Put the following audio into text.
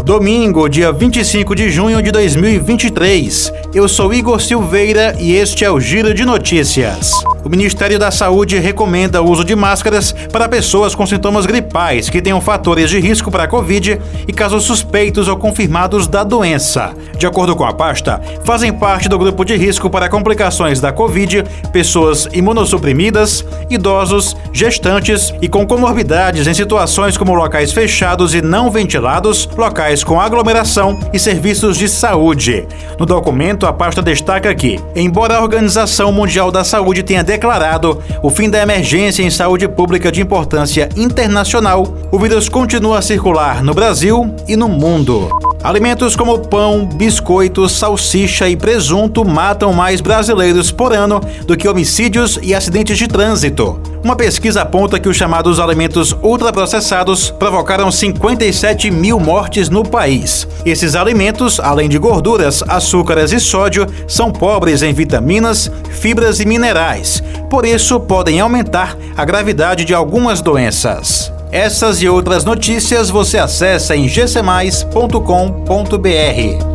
Domingo, dia 25 de junho de 2023. Eu sou Igor Silveira e este é o Giro de Notícias. O Ministério da Saúde recomenda o uso de máscaras para pessoas com sintomas gripais que tenham fatores de risco para a Covid e casos suspeitos ou confirmados da doença. De acordo com a pasta, fazem parte do grupo de risco para complicações da Covid pessoas imunossuprimidas, idosos, gestantes e com comorbidades em situações como locais fechados e não ventilados, locais com aglomeração e serviços de saúde. No documento, a pasta destaca que, embora a Organização Mundial da Saúde tenha declarado o fim da emergência em saúde pública de importância internacional, o vírus continua a circular no Brasil e no mundo. Alimentos como pão, biscoitos, salsicha e presunto matam mais brasileiros por ano do que homicídios e acidentes de trânsito. Uma pesquisa aponta que os chamados alimentos ultraprocessados provocaram 57 mil mortes no país. Esses alimentos, além de gorduras, açúcares e sódio, são pobres em vitaminas, fibras e minerais. Por isso, podem aumentar a gravidade de algumas doenças. Essas e outras notícias você acessa em gcmais.com.br.